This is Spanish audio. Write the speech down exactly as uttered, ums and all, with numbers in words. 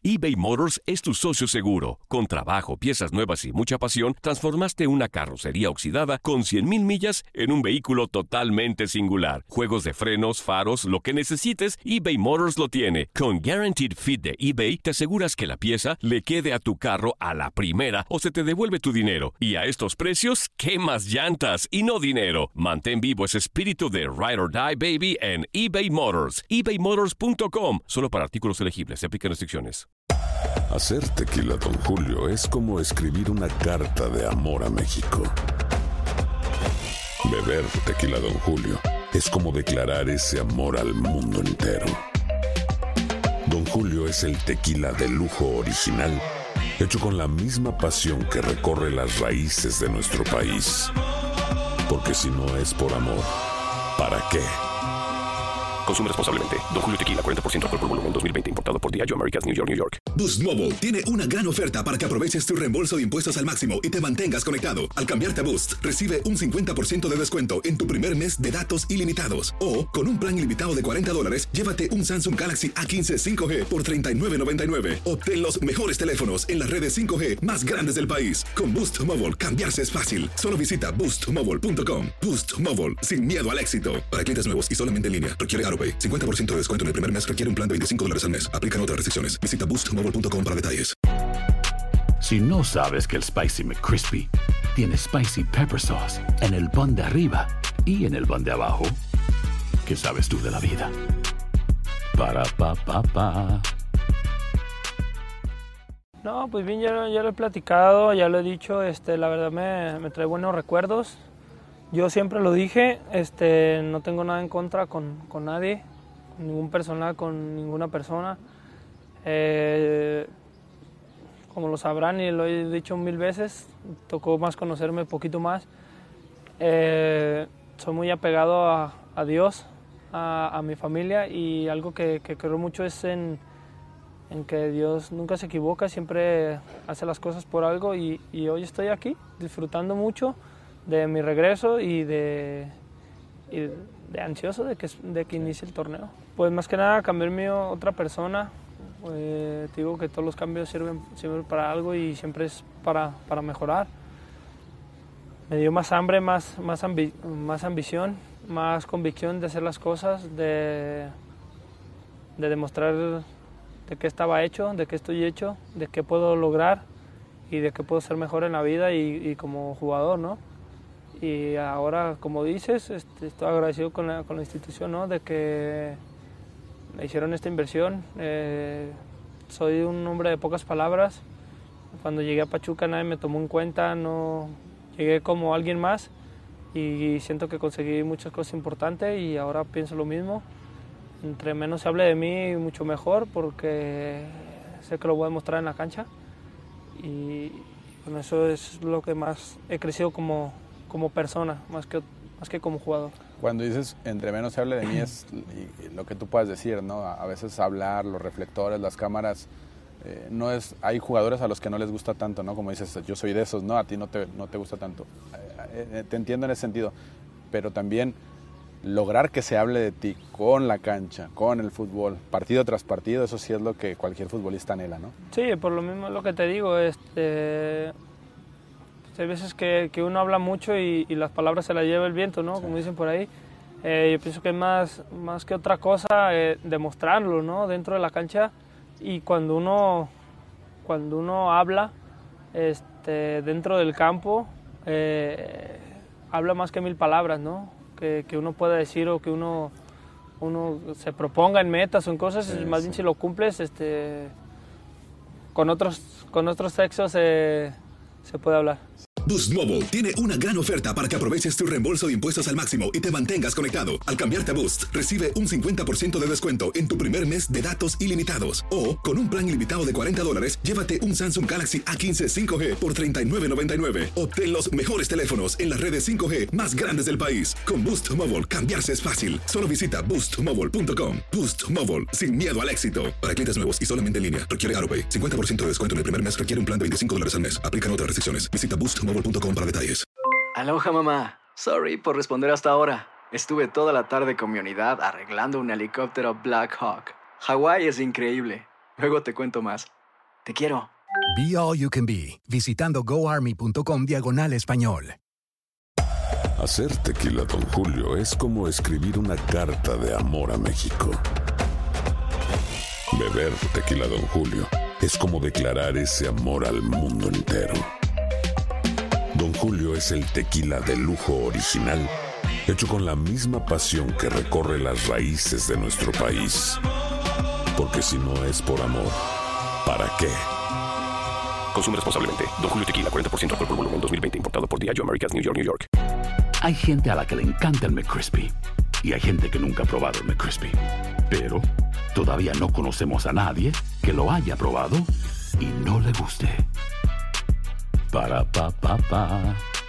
eBay Motors es tu socio seguro. Con trabajo, piezas nuevas y mucha pasión, transformaste una carrocería oxidada con cien mil millas en un vehículo totalmente singular. Juegos de frenos, faros, lo que necesites, eBay Motors lo tiene. Con Guaranteed Fit de eBay, te aseguras que la pieza le quede a tu carro a la primera o se te devuelve tu dinero. Y a estos precios, ¿qué más llantas y no dinero? Mantén vivo ese espíritu de Ride or Die, baby, en eBay Motors. ebay motors punto com. Solo para artículos elegibles. Se aplican restricciones. Hacer tequila, Don Julio, es como escribir una carta de amor a México. Beber tequila, Don Julio, es como declarar ese amor al mundo entero. Don Julio es el tequila de lujo original, hecho con la misma pasión que recorre las raíces de nuestro país. Porque si no es por amor, ¿para qué? Consume responsablemente. Don Julio Tequila, cuarenta por ciento alcohol por volumen, dos mil veinte. Importado por Diageo Americas, New York, New York. Boost Mobile tiene una gran oferta para que aproveches tu reembolso de impuestos al máximo y te mantengas conectado. Al cambiarte a Boost, recibe un cincuenta por ciento de descuento en tu primer mes de datos ilimitados. O, con un plan ilimitado de cuarenta dólares, llévate un Samsung Galaxy A quince cinco G por treinta y nueve noventa y nueve. Obtén los mejores teléfonos en las redes cinco G más grandes del país. Con Boost Mobile, cambiarse es fácil. Solo visita boost mobile punto com. Boost Mobile, sin miedo al éxito. Para clientes nuevos y solamente en línea, requiere AutoPay. cincuenta por ciento de descuento en el primer mes requiere un plan de veinticinco dólares al mes. Aplican otras restricciones. Visita boost mobile punto com para detalles. Si no sabes que el Spicy McCrispy tiene Spicy Pepper Sauce en el pan de arriba y en el pan de abajo, ¿qué sabes tú de la vida? Para, pa, pa, pa. No, pues bien, ya, ya lo he platicado, ya lo he dicho, este, la verdad me, me trae buenos recuerdos. Yo siempre lo dije, este, no tengo nada en contra con, con nadie, con ningún personal, con ninguna persona. Eh, como lo sabrán y lo he dicho mil veces, tocó más conocerme un poquito más. Eh, soy muy apegado a, a Dios, a, a mi familia, y algo que, que creo mucho es en, en que Dios nunca se equivoca, siempre hace las cosas por algo, y, y hoy estoy aquí disfrutando mucho de mi regreso y de, y de ansioso de que, de que inicie el torneo. Pues más que nada cambiarme a otra persona. Eh, te digo que todos los cambios sirven, sirven para algo y siempre es para, para mejorar. Me dio más hambre, más, más, ambi, más ambición, más convicción de hacer las cosas, de, de demostrar de qué estaba hecho, de qué estoy hecho, de qué puedo lograr y de qué puedo ser mejor en la vida y, y como jugador, ¿no? Y ahora, como dices, este, estoy agradecido con la, con la institución, ¿no? De que me hicieron esta inversión. Eh, soy un hombre de pocas palabras. Cuando llegué a Pachuca nadie me tomó en cuenta, no llegué como alguien más y siento que conseguí muchas cosas importantes y ahora pienso lo mismo. Entre menos se hable de mí, mucho mejor, porque sé que lo voy a demostrar en la cancha y con eso es lo que más he crecido como como persona, más que, más que como jugador. Cuando dices entre menos se hable de mí es lo que tú puedas decir, ¿no? A veces hablar, los reflectores, las cámaras, eh, no es, hay jugadores a los que no les gusta tanto, ¿no? Como dices, yo soy de esos, ¿no? A ti no te, no te gusta tanto. Eh, eh, te entiendo en ese sentido, pero también lograr que se hable de ti con la cancha, con el fútbol, partido tras partido, eso sí es lo que cualquier futbolista anhela, ¿no? Sí, por lo mismo es lo que te digo, este... hay veces que, que uno habla mucho y, y las palabras se las lleva el viento, ¿no? Sí. Como dicen por ahí. Eh, yo pienso que es más, más que otra cosa eh, demostrarlo, ¿no? Dentro de la cancha, y cuando uno, cuando uno habla este, dentro del campo, eh, habla más que mil palabras, ¿no? Que, que uno pueda decir o que uno, uno se proponga en metas o en cosas, sí, más sí. bien si lo cumples, este, con otros, con otros sexos eh, se puede hablar. Boost Mobile tiene una gran oferta para que aproveches tu reembolso de impuestos al máximo y te mantengas conectado. Al cambiarte a Boost, recibe un cincuenta por ciento de descuento en tu primer mes de datos ilimitados. O, con un plan ilimitado de cuarenta dólares, llévate un Samsung Galaxy A quince cinco G por treinta y nueve noventa y nueve. Obtén los mejores teléfonos en las redes cinco G más grandes del país. Con Boost Mobile, cambiarse es fácil. Solo visita boost mobile punto com. Boost Mobile, sin miedo al éxito. Para clientes nuevos y solamente en línea, requiere AutoPay. cincuenta por ciento de descuento en el primer mes requiere un plan de veinticinco dólares al mes. Aplican otras restricciones. Visita boost mobile punto com para detalles. Aloha, mamá. Sorry por responder hasta ahora. Estuve toda la tarde con mi unidad arreglando un helicóptero Black Hawk. Hawái es increíble. Luego te cuento más. Te quiero. Be All You Can Be, visitando goarmy.com diagonal español. Hacer tequila Don Julio es como escribir una carta de amor a México. Beber tequila Don Julio es como declarar ese amor al mundo entero. Don Julio es el tequila de lujo original, hecho con la misma pasión que recorre las raíces de nuestro país. Porque si no es por amor, ¿para qué? Consume responsablemente. Don Julio Tequila, cuarenta por ciento alcohol por volumen, dos mil veinte. Importado por Diageo Americas, New York, New York. Hay gente a la que le encanta el McCrispy y hay gente que nunca ha probado el McCrispy. Pero todavía no conocemos a nadie que lo haya probado y no le guste. Para, pa, pa, pa.